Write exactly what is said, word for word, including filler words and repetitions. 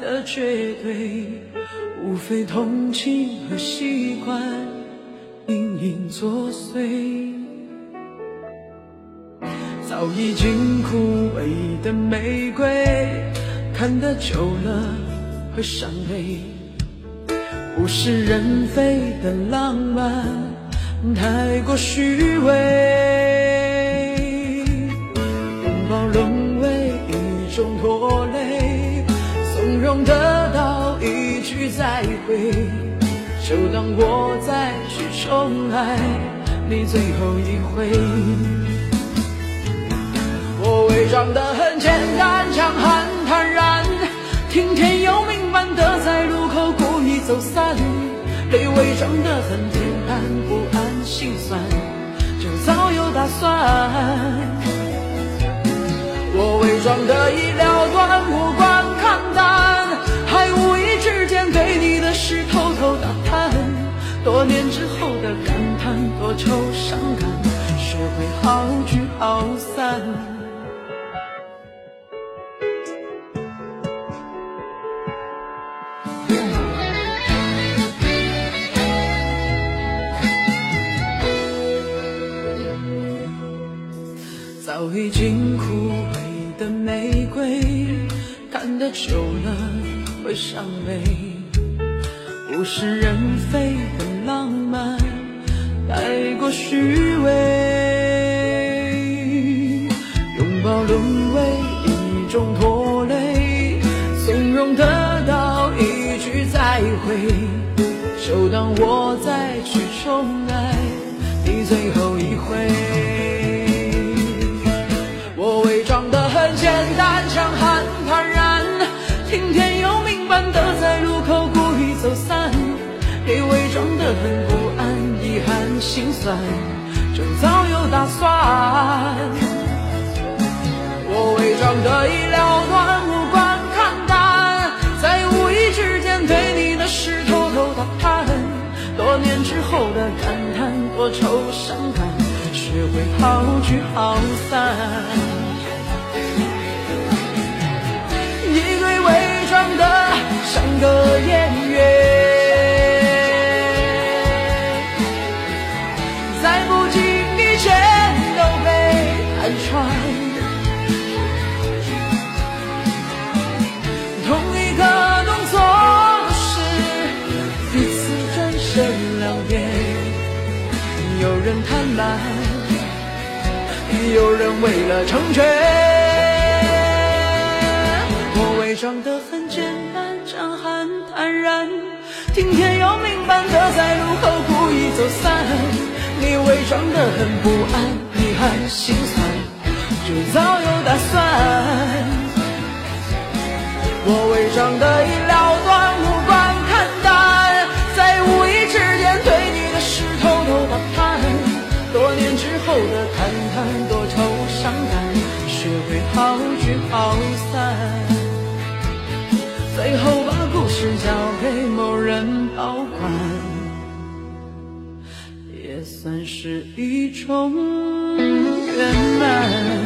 的绝对，无非同情和习惯隐隐作祟。早已经枯萎的玫瑰，看得久了会伤悲。物是人非的浪漫太过虚伪，拥抱沦为一种拖累，从容得到一句再会，就当我再去重来你最后一回。我伪装得很简单，强悍坦然，听天由命般的在路口故意走散，被伪装得很简单，不安心酸，就早有打算。我伪装得已了断，无关看淡，还无意之间对你的事偷偷打探，多年之后的感叹，多愁伤感，学会好聚好散。早已经枯萎的玫瑰，看得久了会伤悲，物是人非的浪漫太过虚伪，拥抱沦为一种拖累，从容得到一句再会，就当我再去重爱你最后一回。我伪装得很简单，强悍坦然，听天由命般的在路口故意走散，给伪装得很不安，遗憾心酸，就早有打算。我伪装得已了断，无关看淡，在无意之间对你的事偷偷打探，多年之后的感叹，多愁伤感，学会好聚好散。一对伪装的像个演员，在不经意间都被看穿，同一个动作都是彼此转身两边，有人贪婪，有人为了成全。我伪装得很简单，强悍坦然，听天由命般的在路口故意走散，你伪装得很不安，遗憾心酸，就早有打算。我伪装得已了断，无关看淡，在无意之间对你的事偷偷打探，多年之后的感叹，多愁伤感，学会好聚好散，最后把故事交给某人保管，也算是一种圆满。